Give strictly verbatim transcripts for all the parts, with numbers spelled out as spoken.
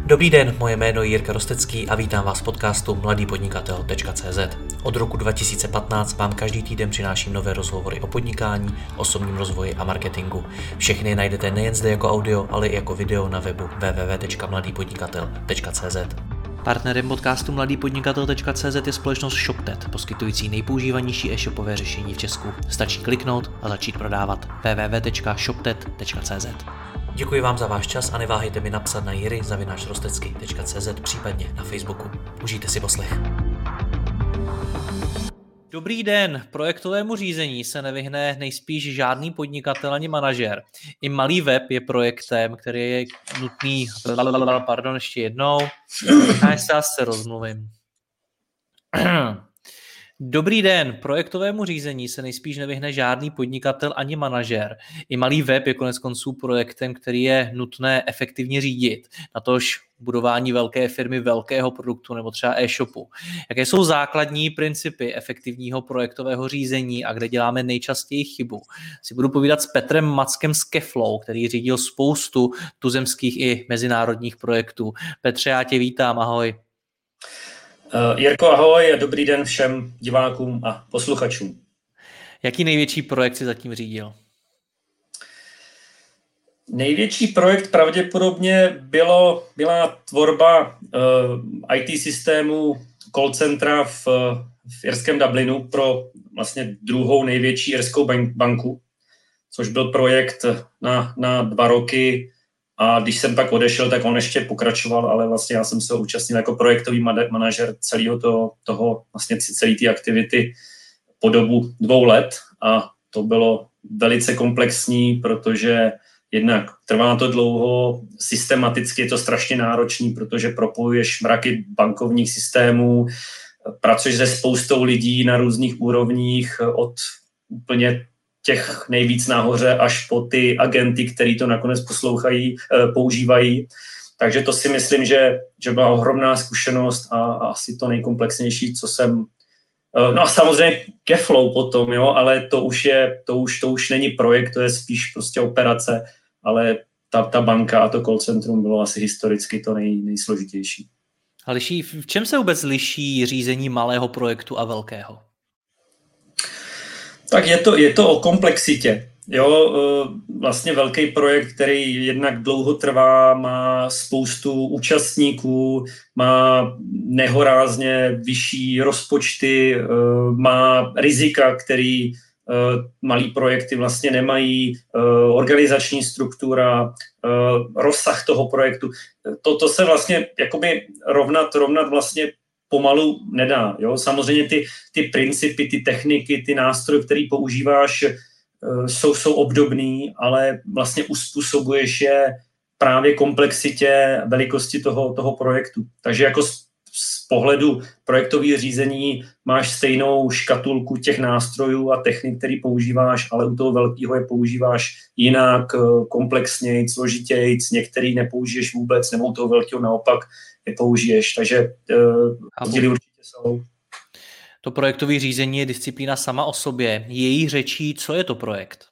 Dobrý den, moje jméno je Jirka Rostecký a vítám vás v podcastu mladý podnikatel tečka cé zet. Od roku dva tisíce patnáct vám každý týden přináším nové rozhovory o podnikání, osobním rozvoji a marketingu. Všechny najdete nejen zde jako audio, ale i jako video na webu w w w tečka mladý podnikatel tečka cé zet. Partnerem podcastu mladý podnikatel tečka cé zet je společnost ShopTet, poskytující nejpoužívanější e-shopové řešení v Česku. Stačí kliknout a začít prodávat. w w w tečka shoptet tečka cé zet. Děkuji vám za váš čas a neváhejte mi napsat na jiry zavináč rostecky tečka cé zet, případně na Facebooku. Užijte si poslech. Dobrý den, projektovému řízení se nevyhne nejspíš žádný podnikatel ani manažer. I malý web je projektem, který je nutný, pardon, ještě jednou, já se asi rozmluvím. Dobrý den, projektovému řízení se nejspíš nevyhne žádný podnikatel ani manažer. I malý web je konec konců projektem, který je nutné efektivně řídit. Natož budování velké firmy, velkého produktu nebo třeba e-shopu. Jaké jsou základní principy efektivního projektového řízení a kde děláme nejčastěji chybu? Si budu povídat s Petrem Mackem z Keflow, který řídil spoustu tuzemských i mezinárodních projektů. Petře, já tě vítám, ahoj. Uh, Jirko, ahoj a dobrý den všem divákům a posluchačům. Jaký největší projekt si zatím řídil? Největší projekt pravděpodobně bylo, byla tvorba uh, í té systému call centra v, v irském Dublinu pro vlastně druhou největší irskou banku, což byl projekt na, na dva roky. A když jsem pak odešel, tak on ještě pokračoval, ale vlastně já jsem se účastnil jako projektový manažer celého toho, toho vlastně celé té aktivity po dobu dvou let a to bylo velice komplexní, protože jednak trvá to dlouho, systematicky je to strašně náročný, protože propojuješ mraky bankovních systémů, pracuješ se spoustou lidí na různých úrovních od úplně těch nejvíc nahoře až po ty agenty, který to nakonec poslouchají, používají. Takže to si myslím, že, že byla ohromná zkušenost a, a asi to nejkomplexnější, co jsem... No a samozřejmě Keflow potom, jo, ale to už je, to už, to už není projekt, to je spíš prostě operace, ale ta, ta banka a to call centrum bylo asi historicky to nej, nejsložitější. A liší, v čem se vůbec liší řízení malého projektu a velkého? Tak je to, je to o komplexitě. Jo, vlastně velký projekt, který jednak dlouho trvá, má spoustu účastníků, má nehorázně vyšší rozpočty, má rizika, který malý projekty vlastně nemají, organizační struktura, rozsah toho projektu. To, to se vlastně jakoby rovnat, rovnat vlastně pomalu nedá. Jo? Samozřejmě ty, ty principy, ty techniky, ty nástroje, které používáš, jsou, jsou obdobný, ale vlastně uspůsobuješ je právě komplexitě, velikosti toho, toho projektu. Takže jako z, z pohledu projektového řízení máš stejnou škatulku těch nástrojů a technik, který používáš, ale u toho velkého je používáš jinak, komplexněji, složitěji, některý nepoužiješ vůbec, nebo u toho velkého naopak je použiješ. Takže rozdíly určitě jsou. To projektové řízení je disciplína sama o sobě. Její řečí, co je to projekt?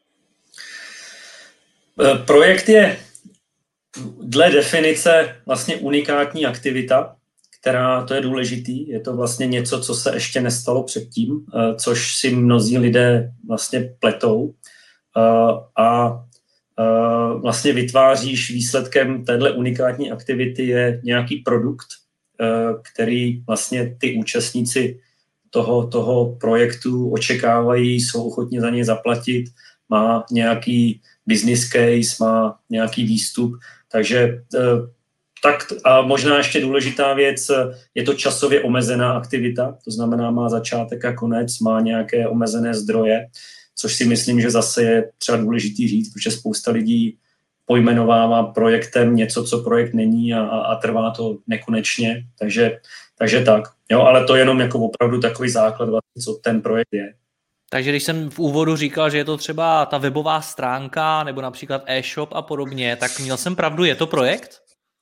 Projekt je dle definice vlastně unikátní aktivita, která, to je důležitý, je to vlastně něco, co se ještě nestalo předtím, což si mnozí lidé vlastně pletou a vlastně vytváříš výsledkem téhle unikátní aktivity je nějaký produkt, který vlastně ty účastníci toho, toho projektu očekávají, jsou ochotní za něj zaplatit, má nějaký business case, má nějaký výstup, takže tak a možná ještě důležitá věc, je to časově omezená aktivita, to znamená má začátek a konec, má nějaké omezené zdroje, což si myslím, že zase je třeba důležitý říct, protože spousta lidí pojmenovává projektem něco, co projekt není a, a, a trvá to nekonečně, takže, takže tak. Jo, ale to je jenom jako opravdu takový základ, vlastně, co ten projekt je. Takže když jsem v úvodu říkal, že je to třeba ta webová stránka nebo například e-shop a podobně, tak měl jsem pravdu, je to projekt?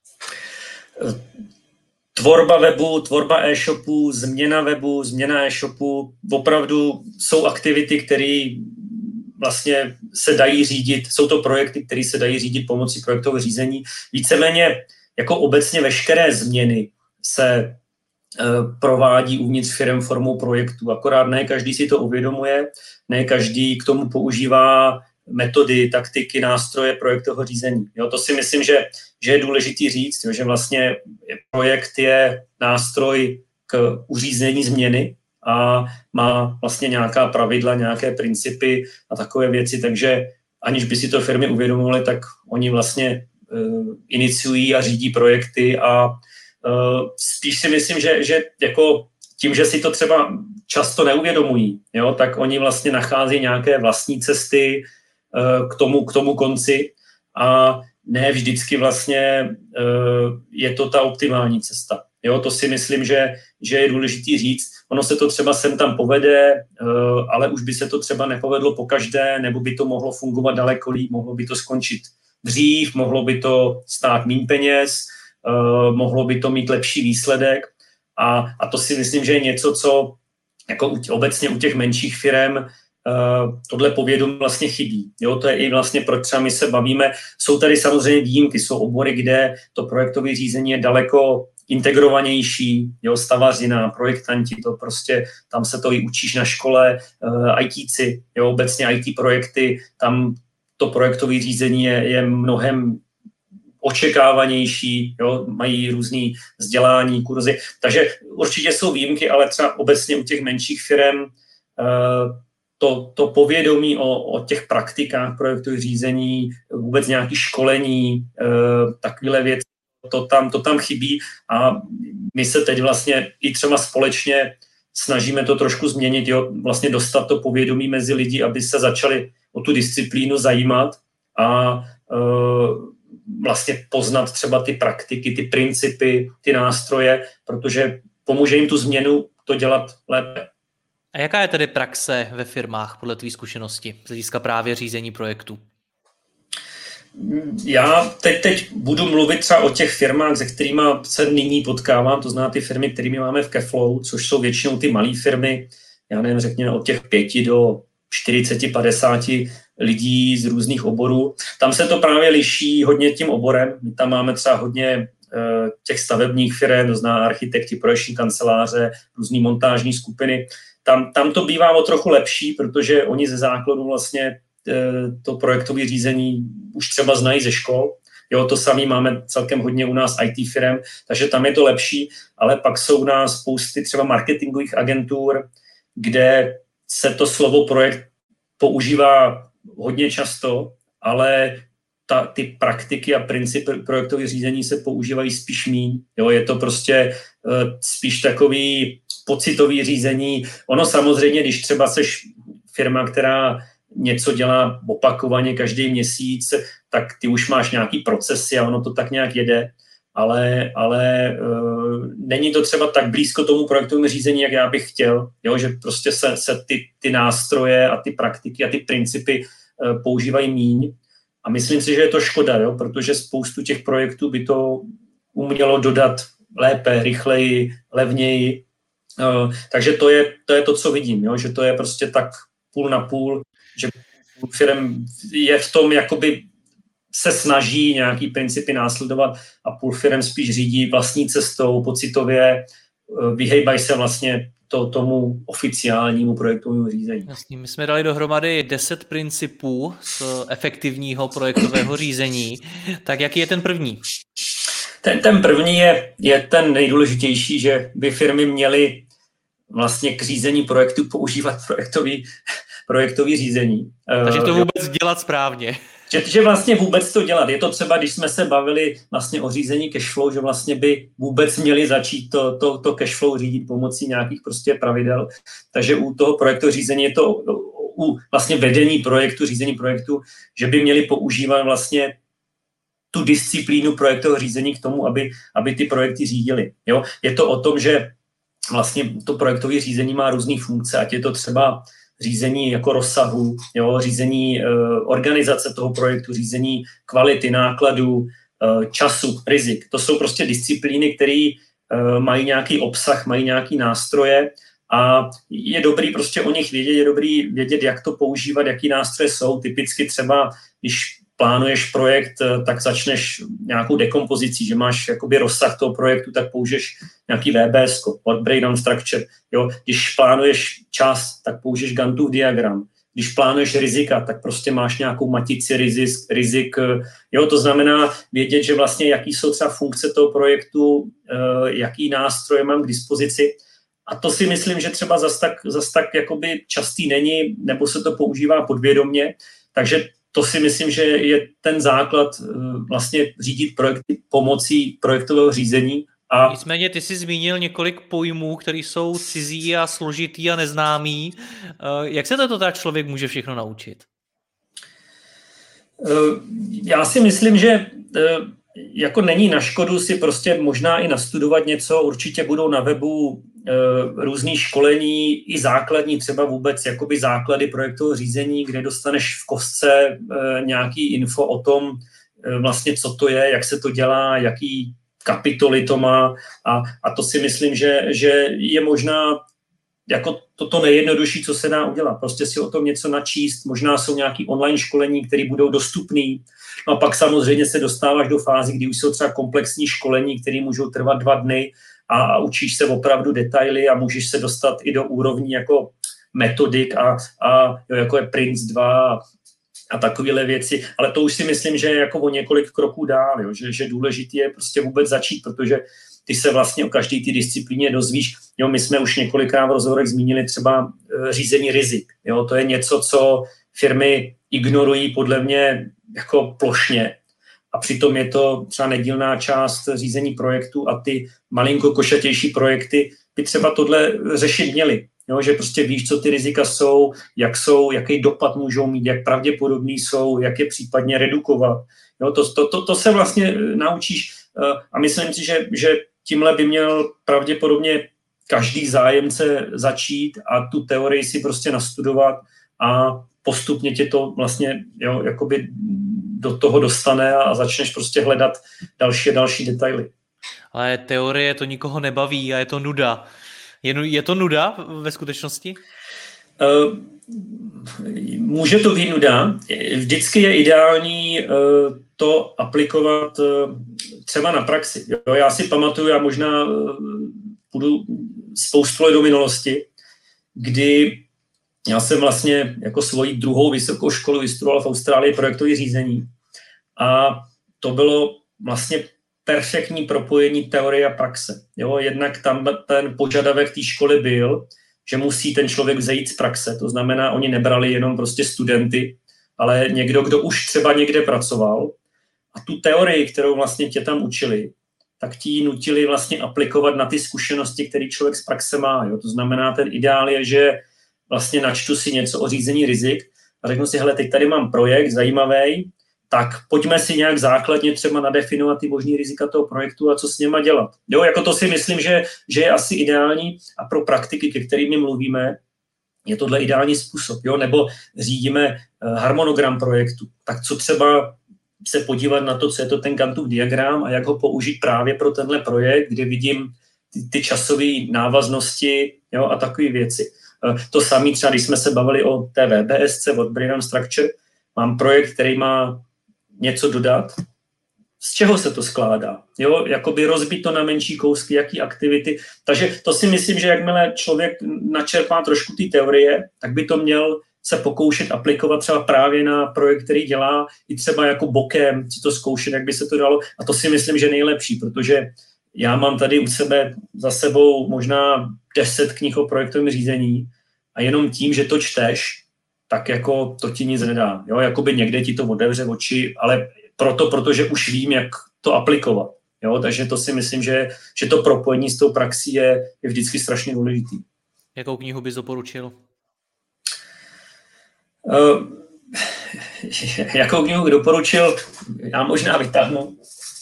Tvorba webu, tvorba e-shopu, změna webu, změna e-shopu, opravdu jsou aktivity, které vlastně se dají řídit, jsou to projekty, které se dají řídit pomocí projektového řízení. Víceméně jako obecně veškeré změny se provádí uvnitř firem formou projektu. Akorát ne každý si to uvědomuje, ne každý k tomu používá metody, taktiky, nástroje projektového řízení. Jo, to si myslím, že, že je důležitý říct, jo, že vlastně projekt je nástroj k uřízení změny a má vlastně nějaká pravidla, nějaké principy a takové věci, takže aniž by si to firmy uvědomovaly, tak oni vlastně uh, iniciují a řídí projekty a uh, spíš si myslím, že, že jako tím, že si to třeba často neuvědomují, jo, tak oni vlastně nachází nějaké vlastní cesty uh, k tomu, k tomu konci a ne vždycky vlastně uh, je to ta optimální cesta. Jo, to si myslím, že, že je důležitý říct. Ono se to třeba sem tam povede, ale už by se to třeba nepovedlo pokaždé, nebo by to mohlo fungovat daleko líp, mohlo by to skončit dřív, mohlo by to stát méně peněz, mohlo by to mít lepší výsledek. A, a to si myslím, že je něco, co jako u, obecně u těch menších firem tohle povědomí vlastně chybí. Jo, to je i vlastně, proč třeba my se bavíme. Jsou tady samozřejmě výjimky, jsou obory, kde to projektové řízení je daleko integrovanější, jo, stavařina, projektanti, to prostě, tam se to i učíš na škole, uh, ITci, jo, obecně í té projekty, tam to projektové řízení je, je mnohem očekávanější, jo, mají různý vzdělání, kurzy, takže určitě jsou výjimky, ale třeba obecně u těch menších firm uh, to, to povědomí o, o těch praktikách projektových řízení, vůbec nějaké školení, uh, takovéhle věci, To tam, to tam chybí a my se teď vlastně i třeba společně snažíme to trošku změnit, jo, vlastně dostat to povědomí mezi lidi, aby se začali o tu disciplínu zajímat a e, vlastně poznat třeba ty praktiky, ty principy, ty nástroje, protože pomůže jim tu změnu to dělat lépe. A jaká je tedy praxe ve firmách podle tvý zkušenosti z hlediska právě řízení projektu? Já teď, teď budu mluvit třeba o těch firmách, se kterými se nyní potkávám, to znamená ty firmy, kterými máme v Keflow, což jsou většinou ty malé firmy, já nevím, řekněme od těch pěti do čtyřiceti, padesáti lidí z různých oborů. Tam se to právě liší hodně tím oborem. My tam máme třeba hodně uh, těch stavebních firm, to znamená architekti, projekční kanceláře, různý montážní skupiny. Tam, tam to bývá o trochu lepší, protože oni ze základu vlastně to projektové řízení už třeba znají ze škol. Jo, to samé máme celkem hodně u nás í té firm, takže tam je to lepší, ale pak jsou u nás spousty třeba marketingových agentur, kde se to slovo projekt používá hodně často, ale ta, ty praktiky a principy projektové řízení se používají spíš míň. Jo, je to prostě uh, spíš takový pocitový řízení. Ono samozřejmě, když třeba seš firma, která něco dělá opakovaně každý měsíc, tak ty už máš nějaký procesy a ono to tak nějak jede, ale, ale uh, není to třeba tak blízko tomu projektovému řízení, jak já bych chtěl, jo? Že prostě se, se ty, ty nástroje a ty praktiky a ty principy uh, používají míň a myslím si, že je to škoda, jo? Protože spoustu těch projektů by to umělo dodat lépe, rychleji, levněji, uh, takže to je, to je to, co vidím, jo? Že to je prostě tak půl na půl, že firm je v tom, jakoby se snaží nějaký principy následovat a půl firm spíš řídí vlastní cestou, pocitově, vyhejbají se vlastně to, tomu oficiálnímu projektovému řízení. Jasně, my jsme dali dohromady deset principů z efektivního projektového řízení. Tak jaký je ten první? Ten, ten první je, je ten nejdůležitější, že by firmy měly vlastně k řízení projektu používat projektový projektový řízení. Takže to vůbec dělat správně. Že, že vlastně vůbec to dělat. Je to třeba, když jsme se bavili vlastně o řízení cashflow, že vlastně by vůbec měli začít to, to, to cashflow řídit pomocí nějakých prostě pravidel. Takže u toho projektu řízení je to u vlastně vedení projektu, řízení projektu, že by měli používat vlastně tu disciplínu projektového řízení k tomu, aby, aby ty projekty řídili. Jo? Je to o tom, že vlastně to projektové řízení má různé funkce, ať je to třeba řízení jako rozsahu, jo, řízení e, organizace toho projektu, řízení kvality, nákladů, e, času, rizik. To jsou prostě disciplíny, které e, mají nějaký obsah, mají nějaký nástroje a je dobrý prostě o nich vědět, je dobrý vědět, jak to používat, jaký nástroje jsou. Typicky třeba, když plánuješ projekt, tak začneš nějakou dekompozicí, že máš jakoby rozsah toho projektu, tak použiješ nějaký V B S, Work Breakdown Structure. Jo? Když plánuješ čas, tak použiješ Ganttův diagram. Když plánuješ rizika, tak prostě máš nějakou matici rizik, rizik. Jo, to znamená vědět, že vlastně jaký jsou třeba funkce toho projektu, jaký nástroje mám k dispozici. A to si myslím, že třeba zas tak, zas tak jakoby častý není, nebo se to používá podvědomě. Takže to si myslím, že je ten základ vlastně řídit projekty pomocí projektového řízení. A nicméně ty jsi zmínil několik pojmů, které jsou cizí a složitý a neznámý. Jak se to tak člověk může všechno naučit? Já si myslím, že jako není na škodu si prostě možná i nastudovat něco. Určitě budou na webu různý školení, i základní, třeba vůbec jakoby základy projektového řízení, kde dostaneš v kostce nějaký info o tom, vlastně co to je, jak se to dělá, jaký kapitoly to má a, a to si myslím, že, že je možná jako to, to nejjednodušší, co se dá udělat. Prostě si o tom něco načíst, možná jsou nějaké online školení, které budou dostupné. No a pak samozřejmě se dostáváš do fázy, kdy už jsou třeba komplexní školení, které můžou trvat dva dny a, a učíš se opravdu detaily a můžeš se dostat i do úrovní jako metodik a, a jo, jako je Prince dva a takovéhle věci, ale to už si myslím, že je jako o několik kroků dál, jo? Že, že důležité je prostě vůbec začít, protože ty se vlastně o každé té disciplíně dozvíš. Jo, my jsme už několikrát v rozhovorech zmínili třeba řízení rizik. Jo? To je něco, co firmy ignorují podle mě jako plošně a přitom je to třeba nedílná část řízení projektu a ty malinko košatější projekty by třeba tohle řešit měly. Jo, že prostě víš, co ty rizika jsou, jak jsou, jaký dopad můžou mít, jak pravděpodobný jsou, jak je případně redukovat. Jo, to, to, to, to se vlastně naučíš a myslím si, že, že tímhle by měl pravděpodobně každý zájemce začít a tu teorii si prostě nastudovat a postupně tě to vlastně jo, jakoby do toho dostane a začneš prostě hledat další a další detaily. Ale teorie to nikoho nebaví a je to nuda. Je, je to nuda ve skutečnosti? Uh, může to být nuda. Vždycky je ideální uh, to aplikovat uh, třeba na praxi. Jo, já si pamatuju, já možná uh, půjdu spoustu let do minulosti, kdy já jsem vlastně jako svoji druhou vysokou školu vystudoval v Austrálii projektové řízení a to bylo vlastně perfektní propojení teorie a praxe. Jo, jednak tam ten požadavek té školy byl, že musí ten člověk vzejít z praxe. To znamená, oni nebrali jenom prostě studenty, ale někdo, kdo už třeba někde pracoval a tu teorii, kterou vlastně tě tam učili, tak ti nutili vlastně aplikovat na ty zkušenosti, které člověk z praxe má. Jo. To znamená, ten ideál je, že vlastně načtu si něco o řízení rizik a řeknu si, hele, teď tady mám projekt zajímavý, tak pojďme si nějak základně třeba nadefinovat ty možný rizika toho projektu a co s něma dělat. Jo, jako to si myslím, že, že je asi ideální a pro praktiky, ke kterým mluvíme, je tohle ideální způsob. Jo? Nebo řídíme harmonogram projektu. Tak co třeba se podívat na to, co je to ten Ganttův diagram a jak ho použít právě pro tenhle projekt, kde vidím ty, ty časové návaznosti, jo, a takové věci. To samé třeba, když jsme se bavili o té V B S C, Work Breakdown Structure, mám projekt, který má něco dodat, z čeho se to skládá. Jo, jakoby rozbít to na menší kousky, jaký aktivity. Takže to si myslím, že jakmile člověk načerpá trošku té teorie, tak by to měl se pokoušet aplikovat třeba právě na projekt, který dělá, i třeba jako bokem, si to zkoušet, jak by se to dalo. A to si myslím, že nejlepší, protože já mám tady u sebe za sebou možná deset knih o projektovém řízení a jenom tím, že to čteš, tak jako to ti nic nedá. Jo? Jakoby někde ti to otevře oči, ale proto, protože už vím, jak to aplikovat. Jo? Takže to si myslím, že, že to propojení s tou praxí je, je vždycky strašně důležitý. Jakou knihu bys doporučil? Uh, jakou knihu doporučil? Já možná vytáhnu.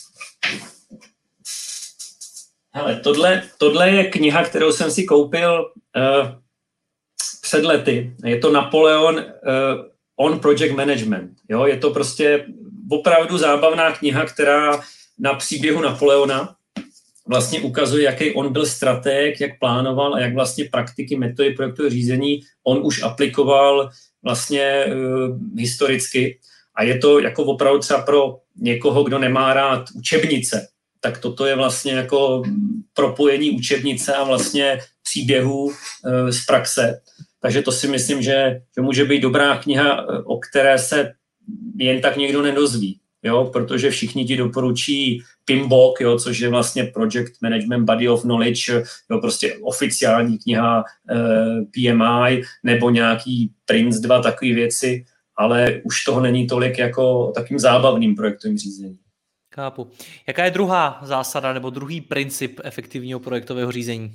Hele, tohle, tohle je kniha, kterou jsem si koupil uh, před lety. Je to Napoleon uh, on Project Management. Jo? Je to prostě opravdu zábavná kniha, která na příběhu Napoleona vlastně ukazuje, jaký on byl stratég, jak plánoval a jak vlastně praktiky, metody projektového řízení on už aplikoval vlastně uh, historicky. A je to jako opravdu třeba pro někoho, kdo nemá rád učebnice, tak toto je vlastně jako propojení učebnice a vlastně příběhů e, z praxe. Takže to si myslím, že, že může být dobrá kniha, o které se jen tak někdo nedozví, jo? Protože všichni ti doporučí P M B O K, jo? Což je vlastně Project Management Body of Knowledge, jo? Prostě oficiální kniha e, P M I nebo nějaký Prince dva, takové věci, ale už toho není tolik jako takým zábavným projektovým řízení. Chápu. Jaká je druhá zásada nebo druhý princip efektivního projektového řízení?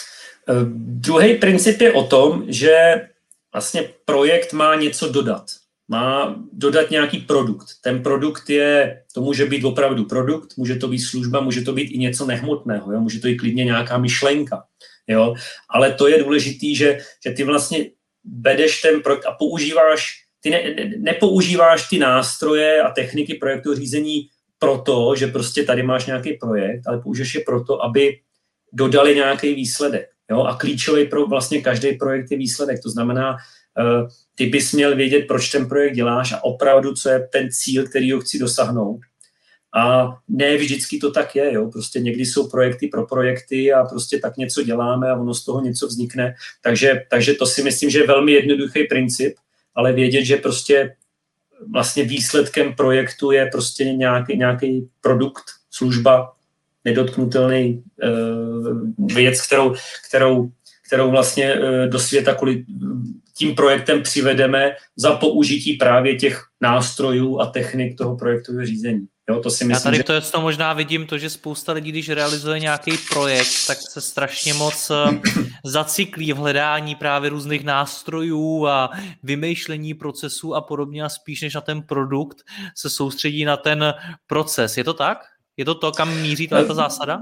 Druhý princip je o tom, že vlastně projekt má něco dodat. Má dodat nějaký produkt. Ten produkt je, to může být opravdu produkt, může to být služba, může to být i něco nehmotného, jo? Může to být klidně nějaká myšlenka. Jo? Ale to je důležitý, že, že ty vlastně vedeš ten projekt a používáš, ty ne, ne, nepoužíváš ty nástroje a techniky projektového řízení proto, že prostě tady máš nějaký projekt, ale použiješ je proto, aby dodali nějaký výsledek. Jo? A klíčový pro vlastně každý projekt je výsledek. To znamená, uh, ty bys měl vědět, proč ten projekt děláš a opravdu, co je ten cíl, který ho chci dosáhnout. A ne vždycky to tak je. Jo? Prostě někdy jsou projekty pro projekty a prostě tak něco děláme a ono z toho něco vznikne. Takže, takže to si myslím, že je velmi jednoduchý princip, ale vědět, že prostě vlastně výsledkem projektu je prostě nějaký, nějaký produkt, služba, nedotknutelný uh, věc, kterou, kterou, kterou vlastně uh, do světa kvůli tím projektem přivedeme za použití právě těch nástrojů a technik toho projektového řízení. Jo, to si myslím, Já tady že... to, to možná vidím to, že spousta lidí, když realizuje nějaký projekt, tak se strašně moc zacyklí v hledání právě různých nástrojů a vymýšlení procesů a podobně a spíš než na ten produkt se soustředí na ten proces. Je to tak? Je to to, kam míří ta zásada?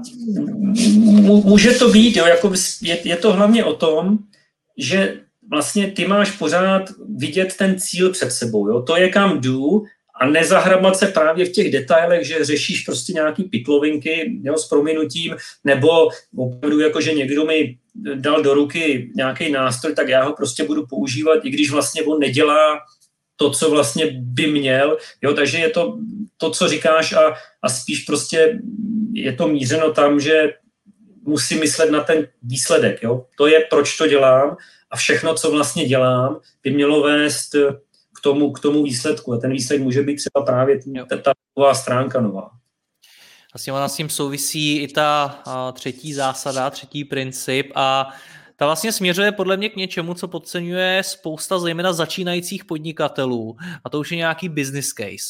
Může to být, jo, jako je, je to hlavně o tom, že vlastně ty máš pořád vidět ten cíl před sebou. Jo? To je, kam jdu, a nezahrabat se právě v těch detailech, že řešíš prostě nějaký pitlovinky, jo, s prominutím, nebo opravdu jako, že někdo mi dal do ruky nějaký nástroj, tak já ho prostě budu používat, i když vlastně on nedělá to, co vlastně by měl. Jo, takže je to to, co říkáš a, a spíš prostě je to mířeno tam, že musím myslet na ten výsledek. Jo. To je, proč to dělám a všechno, co vlastně dělám, by mělo vést k tomu, k tomu výsledku. A ten výsledek může být třeba právě ta, ta nová stránka nová. Vlastně ona s tím souvisí i ta a, třetí zásada, třetí princip a ta vlastně směřuje podle mě k něčemu, co podceňuje spousta zejména začínajících podnikatelů a to už je nějaký business case.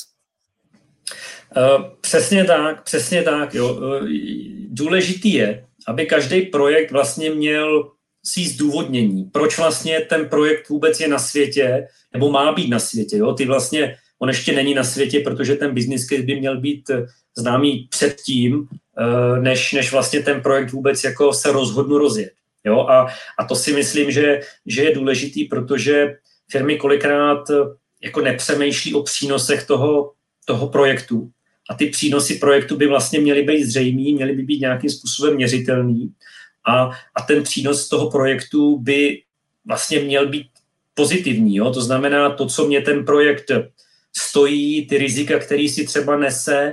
Uh, přesně tak, přesně tak. Jo. Uh, důležitý je, aby každý projekt vlastně měl svý zdůvodnění, proč vlastně ten projekt vůbec je na světě, nebo má být na světě. Jo? Ty vlastně, on ještě není na světě, protože ten business case by měl být známý předtím, než, než vlastně ten projekt vůbec jako se rozhodnu rozjet. Jo? A, a to si myslím, že, že je důležitý, protože firmy kolikrát jako nepřemýšlí o přínosech toho, toho projektu. A ty přínosy projektu by vlastně měly být zřejmý, měly by být nějakým způsobem měřitelný. A, a ten přínos toho projektu by vlastně měl být pozitivní. Jo? To znamená to, co mě ten projekt stojí, ty rizika, který si třeba nese,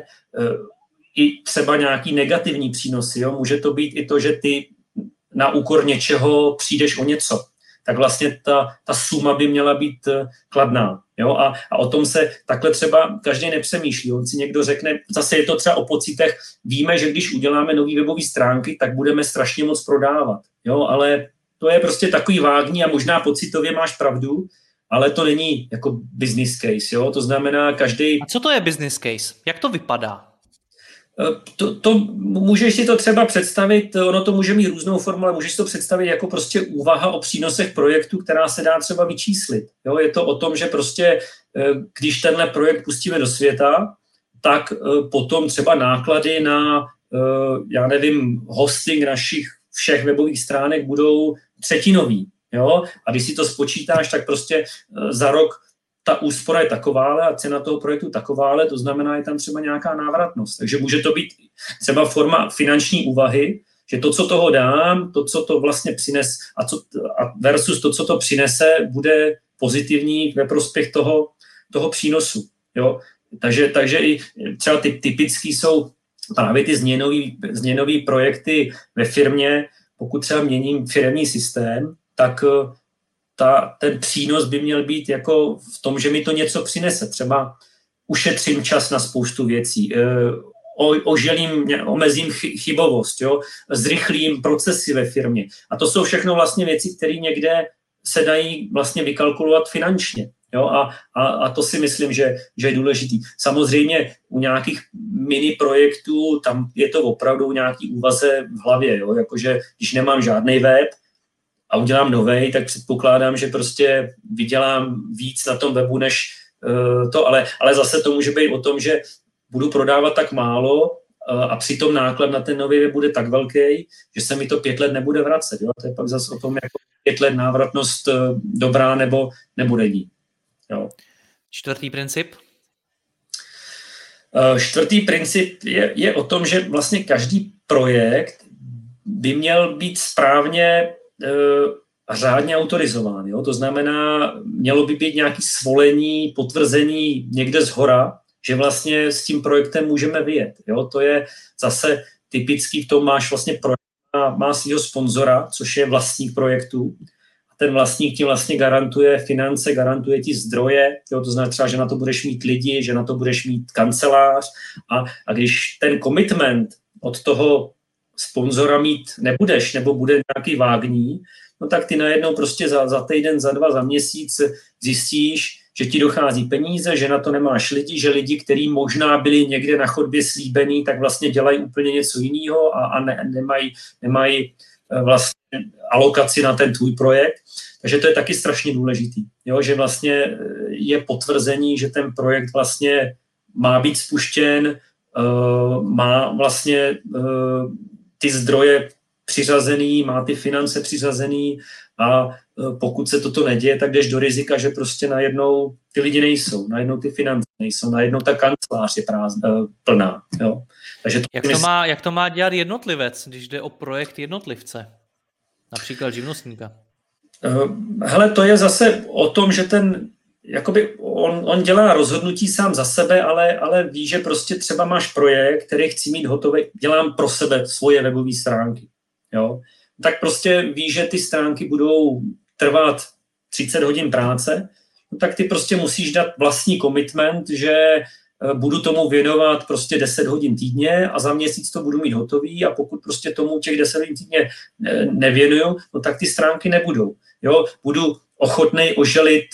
i třeba nějaký negativní přínosy. Jo? Může to být i to, že ty na úkor něčeho přijdeš o něco. Tak vlastně ta, ta suma by měla být kladná. Jo? A, a o tom se takhle třeba každý nepřemýšlí. On si někdo řekne, zase je to třeba o pocitech, víme, že když uděláme nový webové stránky, tak budeme strašně moc prodávat. Jo? Ale to je prostě takový vágní a možná pocitově máš pravdu, ale to není jako business case. Jo? To znamená každý... A co to je business case? Jak to vypadá? To, to, můžeš si to třeba představit, ono to může mít různou formu, ale můžeš si to představit jako prostě úvaha o přínosech projektu, která se dá třeba vyčíslit. Jo, je to o tom, že prostě, když tenhle projekt pustíme do světa, tak potom třeba náklady na, já nevím, hosting našich všech webových stránek budou třetinový. Jo? A když si to spočítáš, tak prostě za rok ta úspora je takováhle a cena toho projektu takováhle, to znamená, je tam třeba nějaká návratnost. Takže může to být třeba forma finanční úvahy, že to, co toho dám, to, co to vlastně přines a, co, a versus to, co to přinese, bude pozitivní ve prospěch toho, toho přínosu. Jo? Takže, takže i třeba ty typický jsou právě ty změnový, změnový projekty ve firmě. Pokud třeba měním firemní systém, tak ta, ten přínos by měl být jako v tom, že mi to něco přinese. Třeba ušetřím čas na spoustu věcí, o, oželím, omezím chybovost, jo? Zrychlím procesy ve firmě. A to jsou všechno vlastně věci, které někde se dají vlastně vykalkulovat finančně. Jo? A, a, a to si myslím, že, že je důležitý. Samozřejmě u nějakých mini projektů tam je to opravdu nějaký úvaze v hlavě. Jo? Jakože když nemám žádný web a udělám novej, tak předpokládám, že prostě vydělám víc na tom webu, než uh, to. Ale, ale zase to může být o tom, že budu prodávat tak málo uh, a přitom náklad na ten nový web bude tak velký, že se mi to pět let nebude vracet. Jo? To je pak zase o tom, jako pět let návratnost uh, dobrá nebo nebude ní. Jo. Čtvrtý princip? Uh, čtvrtý princip je, je o tom, že vlastně každý projekt by měl být správně uh, řádně autorizován. Jo? To znamená, mělo by být nějaké svolení, potvrzení někde zhora, že vlastně s tím projektem můžeme vyjet. Jo? To je zase typický, v tom máš vlastně projekt, má svýho sponzora, což je vlastník projektu. Ten vlastník ti vlastně garantuje finance, garantuje ti zdroje, jo, to znamená třeba, že na to budeš mít lidi, že na to budeš mít kancelář a, a když ten commitment od toho sponzora mít nebudeš nebo bude nějaký vágní, no tak ty najednou prostě za, za týden, za dva, za měsíc zjistíš, že ti dochází peníze, že na to nemáš lidi, že lidi, kteří možná byli někde na chodbě slíbený, tak vlastně dělají úplně něco jiného a, a ne, nemají, nemají vlastně alokaci na ten tvůj projekt. Takže to je taky strašně důležitý, jo? Že vlastně je potvrzení, že ten projekt vlastně má být spuštěn, uh, má vlastně uh, ty zdroje přiřazený, má ty finance přiřazený a uh, pokud se toto neděje, tak jdeš do rizika, že prostě najednou ty lidi nejsou, najednou ty finance nejsou, najednou ta kancelář je prázdná, uh, plná. Jo? Takže to jak, to má, jak to má dělat jednotlivec, když jde o projekt jednotlivce? Například živnostníka. Hele, to je zase o tom, že ten, jakoby on, on dělá rozhodnutí sám za sebe, ale, ale ví, že prostě třeba máš projekt, který chci mít hotový, dělám pro sebe svoje webové stránky. Jo? Tak prostě ví, že ty stránky budou trvat třicet hodin práce, no tak ty prostě musíš dát vlastní commitment, že budu tomu věnovat prostě deset hodin týdně a za měsíc to budu mít hotový a pokud prostě tomu těch deset hodin týdně nevěnuju, no tak ty stránky nebudou. Jo? Budu ochotnej oželit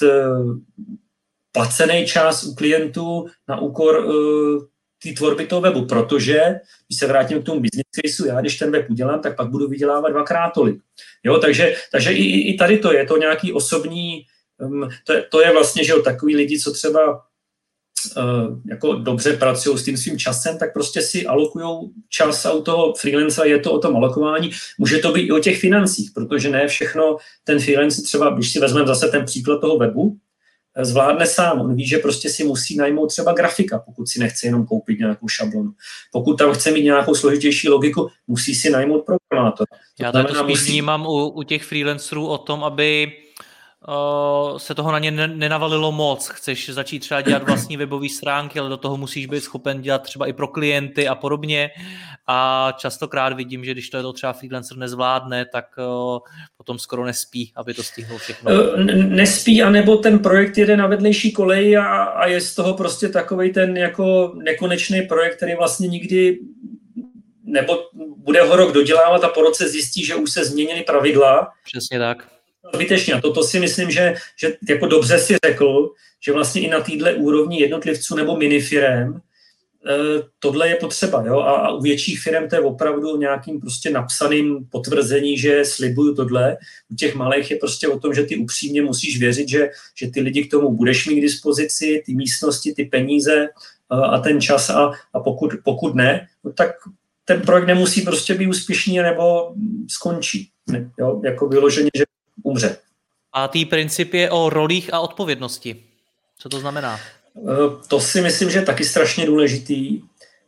placený čas u klientů na úkor uh, té tvorby toho webu, protože, když se vrátím k tomu business caseu, já když ten web udělám, tak pak budu vydělávat dvakrát tolik. Jo? Takže, takže i, i tady to je to nějaký osobní, um, to, je, to je vlastně, že jo, takový lidi, co třeba Uh, jako dobře pracují s tím svým časem, tak prostě si alokujou čas a u toho freelancera je to o tom alokování. Může to být i o těch financích, protože ne všechno ten freelancer třeba, když si vezmeme zase ten příklad toho webu, zvládne sám. On ví, že prostě si musí najmout třeba grafika, pokud si nechce jenom koupit nějakou šablonu. Pokud tam chce mít nějakou složitější logiku, musí si najmout programátora. To Já to spíš musí... vnímám u, u těch freelancerů o tom, aby Uh, se toho na ně nenavalilo moc. Chceš začít třeba dělat vlastní webové stránky, ale do toho musíš být schopen dělat třeba i pro klienty a podobně. A častokrát vidím, že když to, je to třeba freelancer nezvládne, tak uh, potom skoro nespí, aby to stihnul všechno. Nespí, anebo ten projekt jede na vedlejší koleji a, a je z toho prostě takovej ten jako nekonečný projekt, který vlastně nikdy nebo bude ho rok dodělávat a po roce zjistí, že už se změnily pravidla. Přesně tak. Zbytečně. A toto si myslím, že, že jako dobře si řekl, že vlastně i na téhle úrovni jednotlivců nebo minifirem tohle je potřeba. Jo? A, a u větších firem to je opravdu nějakým prostě napsaným potvrzení, že slibuju tohle. U těch malých je prostě o tom, že ty upřímně musíš věřit, že, že ty lidi k tomu budeš mít k dispozici, ty místnosti, ty peníze a ten čas a, a pokud, pokud ne, no tak ten projekt nemusí prostě být úspěšný nebo skončí. Ne? Jo? Jako vyloženě, že umře. A tý princip je o rolích a odpovědnosti. Co to znamená? To si myslím, že je taky strašně důležitý.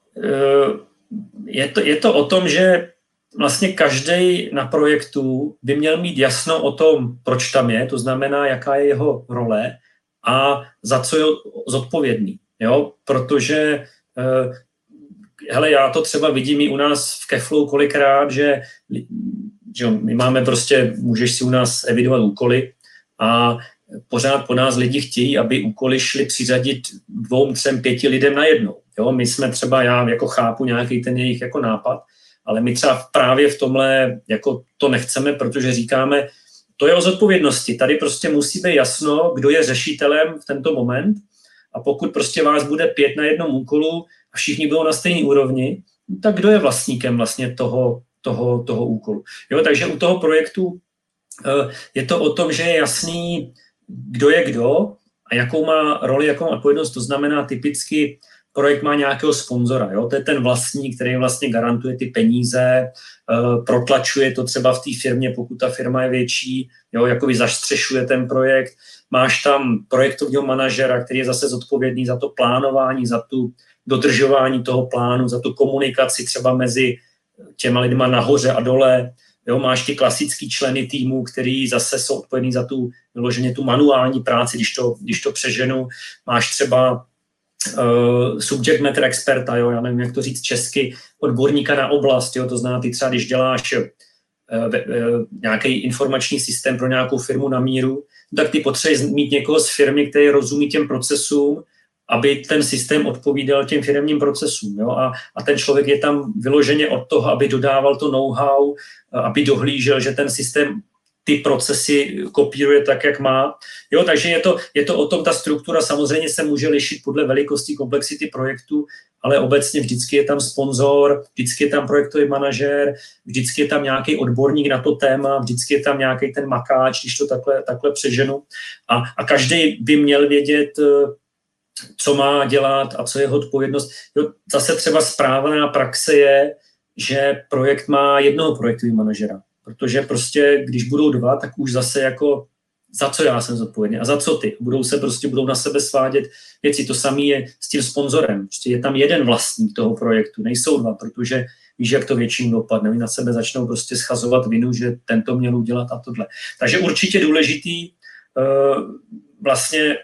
Je to, je to o tom, že vlastně každý na projektu by měl mít jasno o tom, proč tam je, to znamená, jaká je jeho role a za co je zodpovědný. jo, protože hele, já to třeba vidím i u nás v Keflow kolikrát, že, že my máme prostě, můžeš si u nás evidovat úkoly a pořád po nás lidi chtějí, aby úkoly šly přiřadit dvou, třem, pěti lidem najednou. Jo, my jsme třeba, já jako chápu nějaký ten jejich jako nápad, ale my třeba právě v tomhle jako to nechceme, protože říkáme, to je o zodpovědnosti. Tady prostě musí být jasno, kdo je řešitelem v tento moment a pokud prostě vás bude pět na jednom úkolu a všichni budou na stejné úrovni, tak kdo je vlastníkem vlastně toho, toho, toho úkolu. Jo, takže u toho projektu je to o tom, že je jasný, kdo je kdo a jakou má roli, jakou má odpovědnost. To znamená typicky projekt má nějakého sponzora. Jo? To je ten vlastník, který vlastně garantuje ty peníze, uh, protlačuje to třeba v té firmě, pokud ta firma je větší, jo? Jakoby zastřešuje ten projekt. Máš tam projektovního manažera, který je zase zodpovědný za to plánování, za tu dodržování toho plánu, za tu komunikaci třeba mezi těma lidma nahoře a dole. Jo? Máš ty klasický členy týmu, který zase jsou odpovědní za tu vyloženě tu manuální práci, když to, když to přeženu. Máš třeba Uh, subject matter experta, jo, já nevím, jak to říct česky, odborníka na oblast, jo, to znamená, ty třeba, když děláš uh, uh, nějaký informační systém pro nějakou firmu na míru, tak ty potřebuješ mít někoho z firmy, který rozumí těm procesům, aby ten systém odpovídal těm firemním procesům, jo, a, a ten člověk je tam vyloženě od toho, aby dodával to know-how, uh, aby dohlížel, že ten systém ty procesy kopíruje tak, jak má. Jo, takže je to, je to o tom, ta struktura samozřejmě se může lišit podle velikosti, komplexity projektu, ale obecně vždycky je tam sponzor, vždycky je tam projektový manažer, vždycky je tam nějaký odborník na to téma, vždycky je tam nějaký ten makáč, když to takhle, takhle přeženu. A, a každý by měl vědět, co má dělat a co je jeho odpovědnost. Jo, zase třeba správná praxe je, že projekt má jednoho projektového manažera. Protože prostě, když budou dva, tak už zase jako za co já jsem zodpovědný a za co ty. Budou se prostě, budou na sebe svádět věci. To samé je s tím sponzorem. Prostě je tam jeden vlastník toho projektu, nejsou dva, protože víš, jak to většinou dopadne. Oni na sebe začnou prostě schazovat vinu, že tento měl udělat a tohle. Takže určitě důležitý uh, vlastně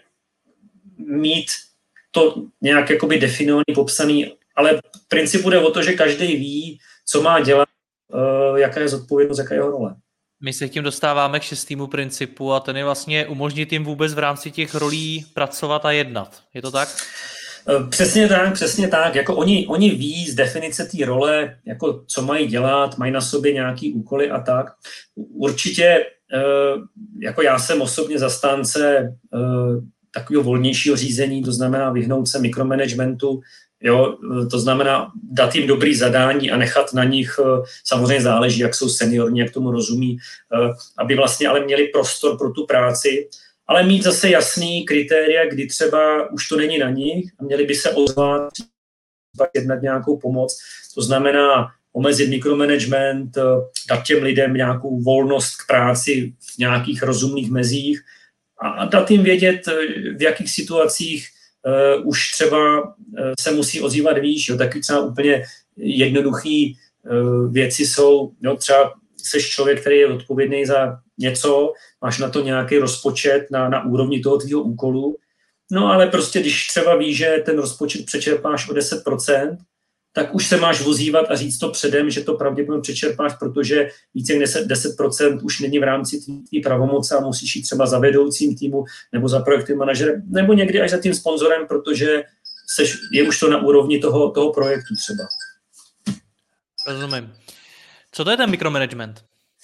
mít to nějak jakoby definovaný, popsaný, ale v principu jde o to, že každý ví, co má dělat, Uh, jaká je zodpovědnost, jaká je jeho role. My se tím dostáváme k šestému principu a ten je vlastně umožnit jim vůbec v rámci těch rolí pracovat a jednat. Je to tak? Uh, přesně tak, přesně tak. Jako oni, oni ví z definice té role, jako co mají dělat, mají na sobě nějaký úkoly a tak. Určitě, uh, jako já jsem osobně zastánce uh, takového volnějšího řízení, to znamená vyhnout se mikromanagementu. Jo, to znamená dát jim dobrý zadání a nechat na nich, samozřejmě záleží, jak jsou seniorní, jak tomu rozumí, aby vlastně ale měli prostor pro tu práci, ale mít zase jasný kritéria, kdy třeba už to není na nich a měli by se ozvat, jednat nějakou pomoc. To znamená omezit mikromanagement, dát těm lidem nějakou volnost k práci v nějakých rozumných mezích a dát jim vědět, v jakých situacích Uh, už třeba uh, se musí ozývat výš, jo, taky třeba úplně jednoduchý uh, věci jsou, jo, třeba seš člověk, který je odpovědný za něco, máš na to nějaký rozpočet na, na úrovni toho tvýho úkolu, no ale prostě když třeba víš, že ten rozpočet přečerpáš o deset procent, tak už se máš vozívat a říct to předem, že to pravděpodobně přečerpáš, protože více jak deset procent už není v rámci tvý pravomoce a musíš jít třeba za vedoucím týmu nebo za projektovým manažerem, nebo někdy až za tím sponzorem, protože seš, je už to na úrovni toho, toho projektu třeba. Rozumím. Co to je ten mikromanagement?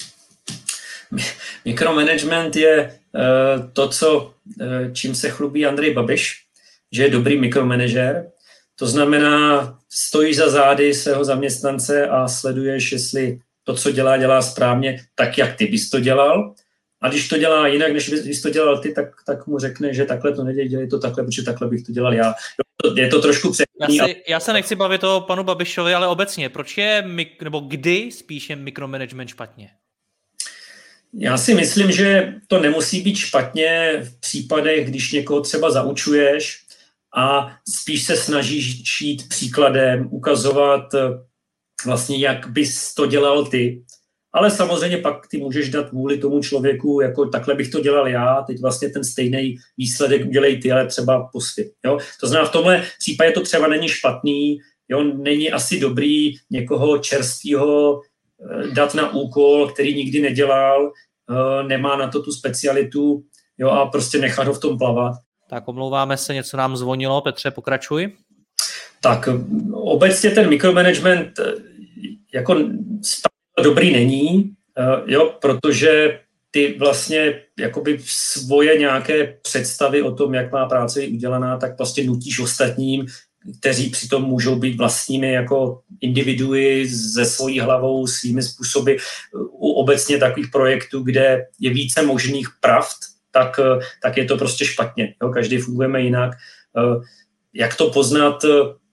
Mikromanagement je uh, to, co, uh, čím se chlubí Andrej Babiš, že je dobrý mikromanažer. To znamená, stojíš za zády svého zaměstnance a sleduješ, jestli to, co dělá, dělá správně, tak, jak ty bys to dělal. A když to dělá jinak, než bys to dělal ty, tak, tak mu řekne, že takhle to nedělej, dělej to takhle, protože takhle bych to dělal já. Je to trošku přehledný. Já, já se nechci bavit o panu Babišovi, ale obecně. Proč je, nebo kdy spíše mikromanagement špatně? Já si myslím, že to nemusí být špatně v případech, když někoho třeba zaučuješ, a spíš se snažíš jít příkladem, ukazovat vlastně, jak bys to dělal ty. ale samozřejmě pak ty můžeš dát vůli tomu člověku, jako takhle bych to dělal já, teď vlastně ten stejný výsledek udělej ty, ale třeba posvět. Jo? To znamená, v tomhle případě to třeba není špatný, jo? Není asi dobrý někoho čerstvého dát na úkol, který nikdy nedělal, nemá na to tu specialitu, jo? A prostě nechat ho v tom plavat. Tak omlouváme se, něco nám zvonilo. Petře, pokračuj. Tak obecně ten micromanagement jako dobrý není, jo, protože ty vlastně jakoby svoje nějaké představy o tom, jak má práce být udělaná, tak prostě nutíš ostatním, kteří přitom můžou být vlastními jako individui se svojí hlavou, svými způsoby. U obecně takových projektů, kde je více možných pravd, tak, tak je to prostě špatně. Jo? Každý fungujeme jinak. Jak to poznat?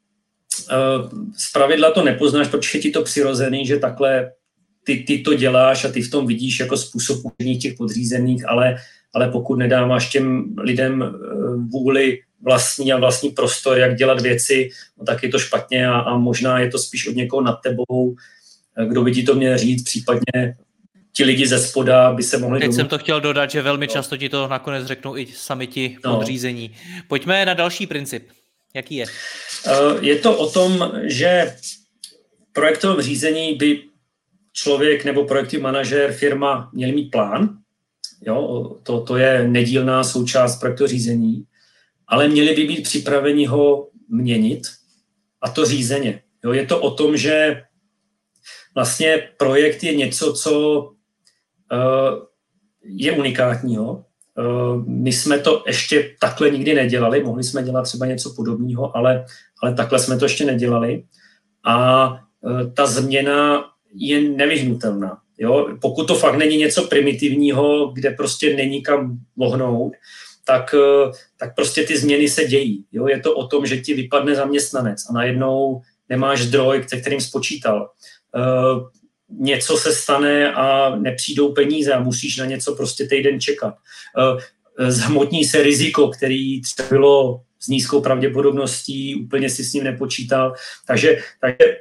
Zpravidla to nepoznáš, protože je ti to přirozený, že takhle ty, ty to děláš a ty v tom vidíš jako způsob učení těch podřízených, ale, ale pokud nedáváš těm lidem vůli vlastní a vlastní prostor, jak dělat věci, no tak je to špatně a, a možná je to spíš od někoho nad tebou, kdo by ti to měl říct, případně ti lidi ze spoda by se mohli... Teď domů... jsem to chtěl dodat, že velmi často ti to nakonec řeknou i sami ti no. podřízení. Pojďme na další princip. Jaký je? Je to o tom, že v projektovém řízení by člověk nebo projektový manažer, firma měli mít plán. Jo, to, to je nedílná součást projektového řízení, ale měli by být připraveni ho měnit, a to řízeně. Jo, je to o tom, že vlastně projekt je něco, co uh, je unikátního. Uh, my jsme to ještě takhle nikdy nedělali, mohli jsme dělat třeba něco podobného, ale, ale takhle jsme to ještě nedělali. A uh, ta změna je nevyhnutelná. Jo? Pokud to fakt není něco primitivního, kde prostě není kam vohnout, tak, tak prostě ty změny se dějí. Jo? Je to o tom, že ti vypadne zaměstnanec a najednou nemáš zdroj, se kterým spočítal. Uh, něco se stane a nepřijdou peníze a musíš na něco prostě týden čekat. Uh, zhmotní se riziko, který třeba bylo s nízkou pravděpodobností, úplně si s ním nepočítal. Takže, takže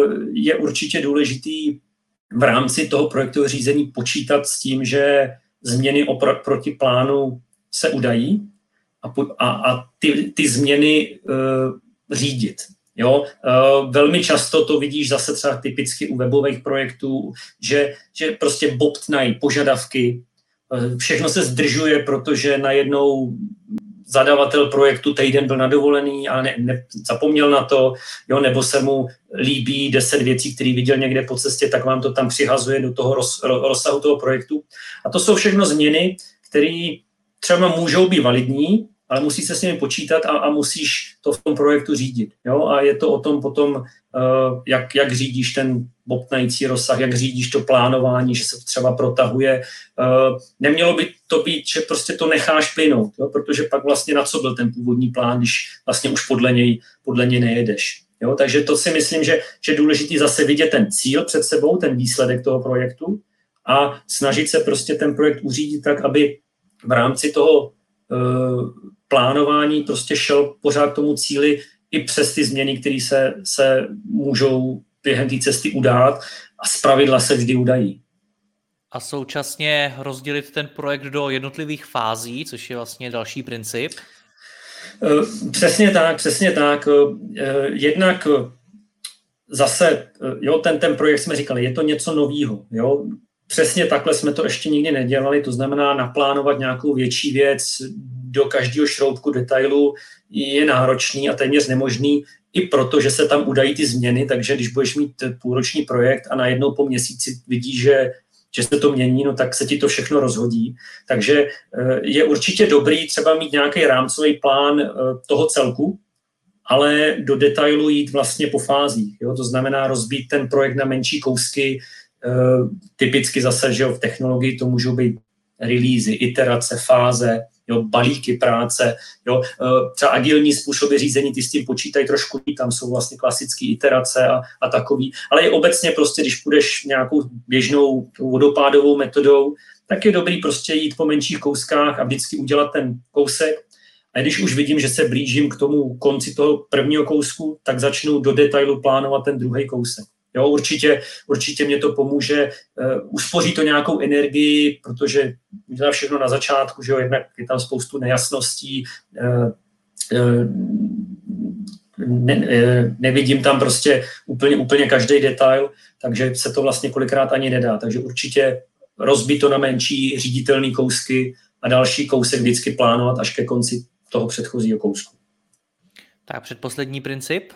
je určitě důležitý v rámci toho projektového řízení počítat s tím, že změny opr- proti plánu se udají a, a, a ty, ty změny uh, řídit. Jo? Uh, velmi často to vidíš zase třeba typicky u webových projektů, že, že prostě bobtnají požadavky, uh, všechno se zdržuje, protože najednou zadavatel projektu týden byl nadovolený a ne, ne, zapomněl na to, jo, nebo se mu líbí deset věcí, které viděl někde po cestě, tak vám to tam přihazuje do toho roz, rozsahu toho projektu. A to jsou všechno změny, které třeba můžou být validní, ale musí se s nimi počítat a, a musíš to v tom projektu řídit. Jo? A je to o tom potom, uh, jak, jak řídíš ten bobtnající rozsah, jak řídíš to plánování, že se to třeba protahuje. Uh, nemělo by to být, že prostě to necháš plynout, jo? Protože pak vlastně na co byl ten původní plán, když vlastně už podle něj, podle něj nejedeš. Jo? Takže to si myslím, že, že je důležitý zase vidět ten cíl před sebou, ten výsledek toho projektu a snažit se prostě ten projekt uřídit tak, aby v rámci toho uh, plánování prostě šel pořád k tomu cíli i přes ty změny, které se, se můžou během té cesty udát a zpravidla se vždy udají. A současně rozdělit ten projekt do jednotlivých fází, což je vlastně další princip? Přesně tak, přesně tak. Jednak zase, jo, ten, ten projekt jsme říkali, je to něco novýho, jo. Přesně takhle jsme to ještě nikdy nedělali, to znamená naplánovat nějakou větší věc do každého šroubku detailu je náročný a téměř nemožný, i proto, že se tam udají ty změny, takže když budeš mít půlroční projekt a najednou po měsíci vidíš, že, že se to mění, no tak se ti to všechno rozhodí. Takže je určitě dobrý třeba mít nějaký rámcový plán toho celku, ale do detailu jít vlastně po fázích. Jo? To znamená rozbít ten projekt na menší kousky, typicky zase, že v technologii to můžou být releasy, iterace, fáze, jo, balíky práce, jo, třeba agilní způsoby řízení, ty s tím počítají trošku, tam jsou vlastně klasické iterace a, a takový, ale i obecně prostě, když půjdeš nějakou běžnou vodopádovou metodou, tak je dobrý prostě jít po menších kouskách a vždycky udělat ten kousek. A když už vidím, že se blížím k tomu konci toho prvního kousku, tak začnu do detailu plánovat ten druhý kousek. Jo, určitě, určitě mě to pomůže, uh, uspoří to nějakou energii, protože dělá všechno na začátku, že jo, jednak je tam spoustu nejasností, uh, uh, ne, uh, nevidím tam prostě úplně, úplně každý detail, takže se to vlastně kolikrát ani nedá. Takže určitě rozbít to na menší říditelné kousky a další kousek vždycky plánovat až ke konci toho předchozího kousku. Tak předposlední princip?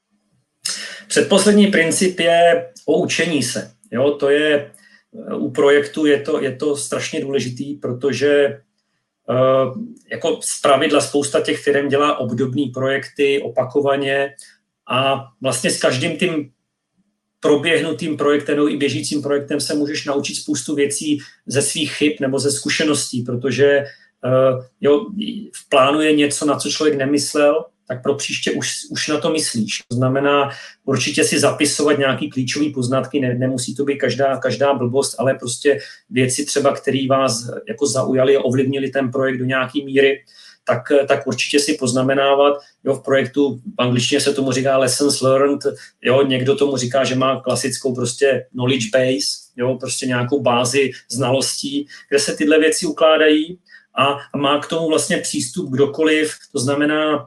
Předposlední princip je o učení se. Jo, to je, u projektu je to, je to strašně důležitý, protože uh, jako zpravidla spousta těch firm dělá obdobné projekty opakovaně a vlastně s každým tím proběhnutým projektem nebo i běžícím projektem se můžeš naučit spoustu věcí ze svých chyb nebo ze zkušeností, protože uh, jo, v plánu je něco, na co člověk nemyslel, tak pro příště už, už na to myslíš. To znamená určitě si zapisovat nějaký klíčové poznatky, ne, nemusí to být každá, každá blbost, ale prostě věci třeba, které vás jako zaujaly a ovlivnili ten projekt do nějaké míry, tak, tak určitě si poznamenávat. Jo, v projektu v angličtině se tomu říká lessons learned, jo, někdo tomu říká, že má klasickou prostě knowledge base, jo, prostě nějakou bázi znalostí, kde se tyhle věci ukládají a, a má k tomu vlastně přístup kdokoliv, to znamená,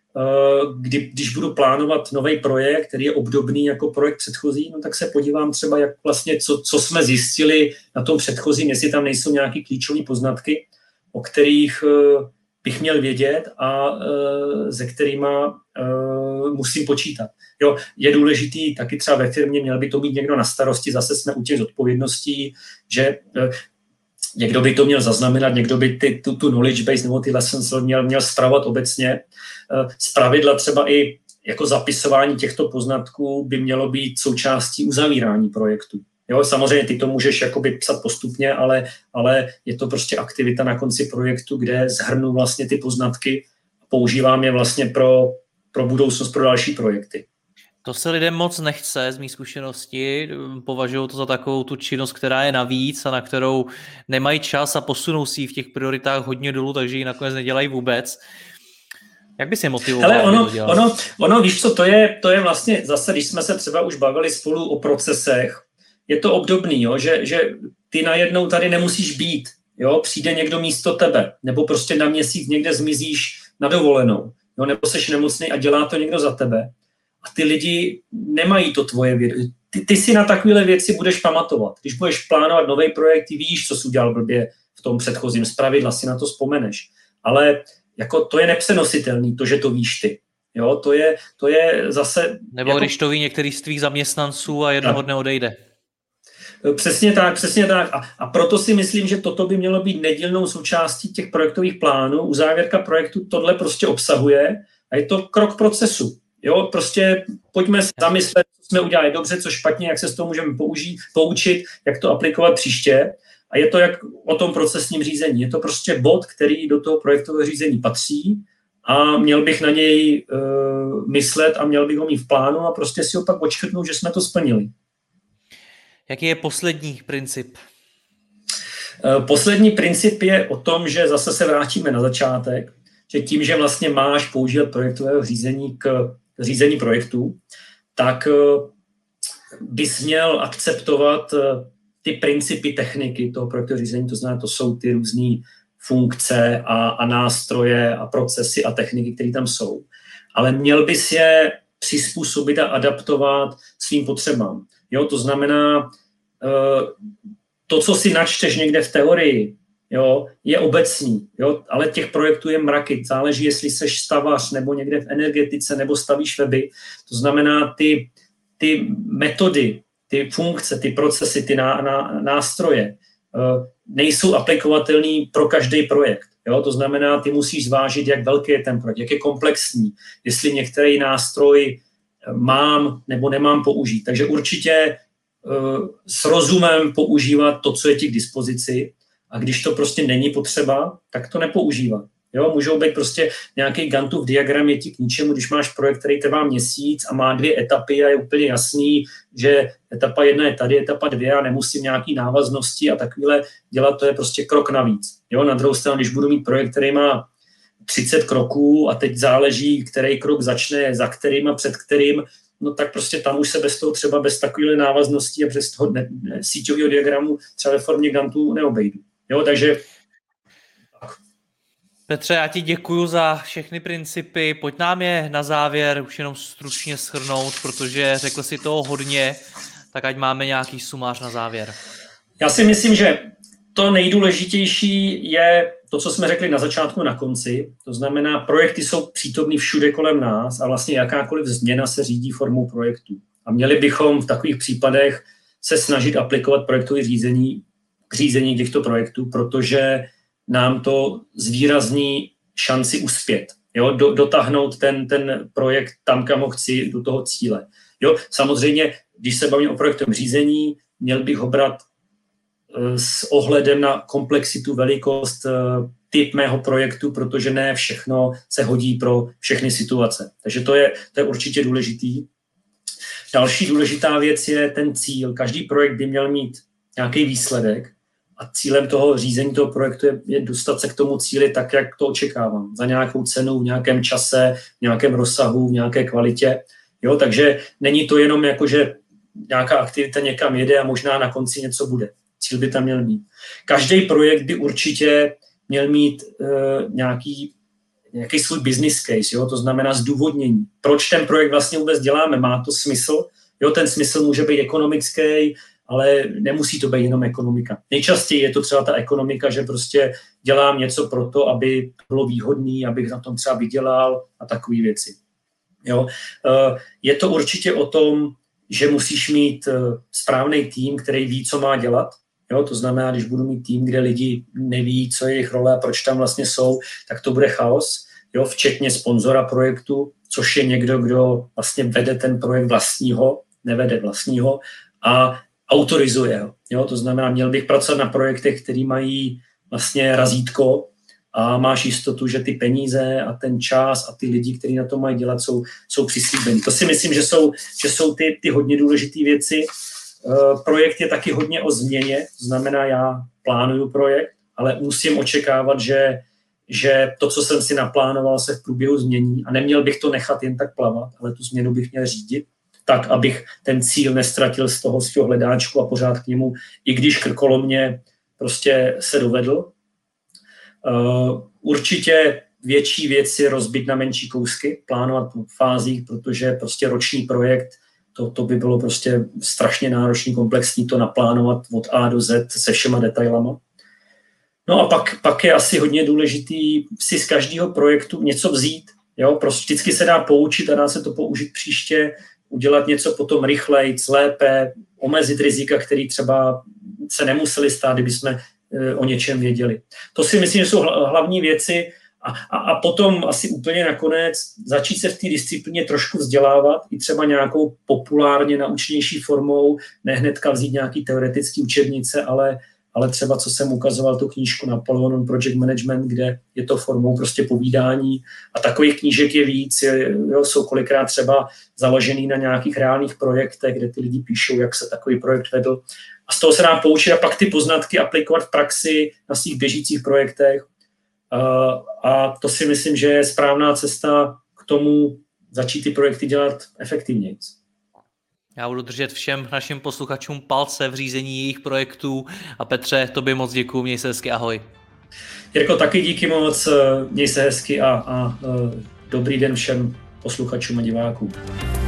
Kdy, když budu plánovat nový projekt, který je obdobný jako projekt předchozí, no tak se podívám třeba, jak vlastně, co, co jsme zjistili na tom předchozím, jestli tam nejsou nějaké klíčové poznatky, o kterých uh, bych měl vědět a uh, se kterýma uh, musím počítat. Jo, je důležitý taky třeba ve firmě, měl by to mít někdo na starosti, zase jsme u těch zodpovědností, že uh, někdo by to měl zaznamenat, někdo by ty, tu, tu knowledge base nebo ty lessons měl, měl spravovat obecně. Zpravidla třeba i jako zapisování těchto poznatků by mělo být součástí uzavírání projektu. Jo, samozřejmě ty to můžeš jakoby psat postupně, ale, ale je to prostě aktivita na konci projektu, kde shrnu vlastně ty poznatky a používám je vlastně pro, pro budoucnost, pro další projekty. To se lidem moc nechce z mých zkušeností, považují to za takovou tu činnost, která je navíc a na kterou nemají čas a posunou si ji v těch prioritách hodně dolů, takže ji nakonec nedělají vůbec. Jak bys je motivoval? Hele, ono, ono, ono, víš co, to je, to je vlastně zase, když jsme se třeba už bavili spolu o procesech, je to obdobný, jo, že, že ty najednou tady nemusíš být, jo, přijde někdo místo tebe, nebo prostě na měsíc někde zmizíš na dovolenou, jo, nebo seš nemocný a dělá to někdo za tebe. A ty lidi nemají to tvoje vědomí. Ty, ty si na takovéhle věci budeš pamatovat. Když budeš plánovat nový projekt, ty víš, co jsi udělal blbě v tom předchozím, zpravidla si na to vzpomeneš. Ale jako to je nepřenositelný, to, že to víš ty. Jo, to je, to je zase... Nebo jako... když to ví některý z tvých zaměstnanců a jednoho dne odejde. Přesně tak, přesně tak. A, a proto si myslím, že toto by mělo být nedílnou součástí těch projektových plánů. Uzávěrka projektu tohle prostě obsahuje a je to krok procesu. Jo, prostě pojďme se zamyslet, co jsme udělali dobře, co špatně, jak se z toho můžeme použít, poučit, jak to aplikovat příště. A je to jak o tom procesním řízení. Je to prostě bod, který do toho projektového řízení patří a měl bych na něj uh, myslet a měl bych ho mít v plánu a prostě si ho pak odškrtnout, že jsme to splnili. Jaký je poslední princip? Uh, poslední princip je o tom, že zase se vrátíme na začátek, že tím, že vlastně máš používat projektového řízení k řízení projektů, tak bys měl akceptovat ty principy techniky toho projektového řízení, to znamená, to jsou ty různé funkce a, a nástroje a procesy a techniky, které tam jsou. Ale měl bys je přizpůsobit a adaptovat svým potřebám. Jo, to znamená, to, co si načteš někde v teorii, jo, je obecný, jo, ale těch projektů je mraky. Záleží, jestli seš stavař nebo někde v energetice nebo stavíš weby. To znamená, ty, ty metody, ty funkce, ty procesy, ty ná, ná, nástroje uh, nejsou aplikovatelný pro každý projekt. Jo? To znamená, ty musíš zvážit, jak velký je ten projekt, jak je komplexní, jestli některý nástroj mám nebo nemám použít. Takže určitě uh, s rozumem používat to, co je ti k dispozici, a když to prostě není potřeba, tak to nepoužívat. Jo, můžou být prostě nějaký Ganttův diagram je ti k ničemu, když máš projekt, který trvá měsíc a má dvě etapy a je úplně jasný, že etapa jedna je tady, etapa dvě a nemusím nějaký návaznosti a takovýhle dělat, to je prostě krok navíc. Jo, na druhou stranu, když budu mít projekt, který má třicet kroků a teď záleží, který krok začne, za kterým a před kterým, no tak prostě tam už se bez toho třeba bez takovéhle návazností a bez toho ne, ne, síťového diagramu třeba ve formě Gantu neobejdu. Jo, takže Petře, já ti děkuju za všechny principy. Pojď nám je na závěr už jenom stručně shrnout, protože řekl si toho hodně, tak ať máme nějaký sumář na závěr. Já si myslím, že to nejdůležitější je to, co jsme řekli na začátku, na konci. To znamená, projekty jsou přítomny všude kolem nás a vlastně jakákoliv změna se řídí formou projektů. A měli bychom v takových případech se snažit aplikovat projektové řízení k řízení těchto projektů, protože nám to zvýrazní šanci uspět. Jo? Do, dotáhnout ten, ten projekt tam, kam ho chci, do toho cíle. Jo? Samozřejmě, když se bavím o projektovém řízení, měl bych ho brát s ohledem na komplexitu, velikost, typ mého projektu, protože ne všechno se hodí pro všechny situace. Takže to je, to je určitě důležitý. Další důležitá věc je ten cíl. Každý projekt by měl mít nějaký výsledek a cílem toho řízení toho projektu je, je dostat se k tomu cíli tak, jak to očekávám. Za nějakou cenu, v nějakém čase, v nějakém rozsahu, v nějaké kvalitě. Jo, takže není to jenom jako, že nějaká aktivita někam jede a možná na konci něco bude. Cíl by tam měl být. Každý projekt by určitě měl mít uh, nějaký, nějaký svůj business case, jo? To znamená zdůvodnění. Proč ten projekt vlastně vůbec děláme? Má to smysl? Jo, ten smysl může být ekonomický, ale nemusí to být jenom ekonomika. Nejčastěji je to třeba ta ekonomika, že prostě dělám něco pro to, aby bylo výhodný, abych na tom třeba vydělal a takové věci. Jo? Uh, je to určitě o tom, že musíš mít uh, správný tým, který ví, co má dělat. Jo, to znamená, když budu mít tým, kde lidi neví, co je jejich role a proč tam vlastně jsou, tak to bude chaos, jo, včetně sponzora projektu, což je někdo, kdo vlastně vede ten projekt vlastního, nevede vlastního a autorizuje ho. Jo, to znamená, měl bych pracovat na projektech, které mají vlastně razítko a máš jistotu, že ty peníze a ten čas a ty lidi, kteří na to mají dělat, jsou, jsou přislíbení. To si myslím, že jsou, že jsou ty, ty hodně důležité věci. Projekt je taky hodně o změně, to znamená, já plánuju projekt, ale musím očekávat, že, že to, co jsem si naplánoval, se v průběhu změní a neměl bych to nechat jen tak plavat, ale tu změnu bych měl řídit, tak, abych ten cíl nestratil z toho, z toho hledáčku a pořád k němu, i když krkolomně prostě se dovedl. Uh, určitě větší věc je rozbit na menší kousky, plánovat v fázích, protože prostě roční projekt To, to by bylo prostě strašně náročný, komplexní to naplánovat od A do Z se všema detailama. No a pak, pak je asi hodně důležitý si z každého projektu něco vzít. Jo? Prostě vždycky se dá poučit a dá se to použít příště, udělat něco potom rychleji, lépe, omezit rizika, které třeba se nemuseli stát, kdyby jsme e, o něčem věděli. To si myslím, že jsou hlavní věci. A, a, a potom asi úplně nakonec začít se v té disciplíně trošku vzdělávat i třeba nějakou populárně naučnější formou, ne hnedka vzít nějaký teoretický učebnice, ale, ale třeba, co jsem ukazoval, tu knížku Napoleon on Project Management, kde je to formou prostě povídání a takových knížek je víc, je, jo, jsou kolikrát třeba založený na nějakých reálných projektech, kde ty lidi píšou, jak se takový projekt vedl a z toho se dá poučit a pak ty poznatky aplikovat v praxi na svých běžících projektech. A to si myslím, že je správná cesta k tomu začít ty projekty dělat efektivněji. Já budu držet všem našim posluchačům palce v řízení jejich projektů a Petře, tobě moc děkuju, měj se hezky, ahoj. Jirko, taky díky moc, měj se hezky a, a dobrý den všem posluchačům a divákům.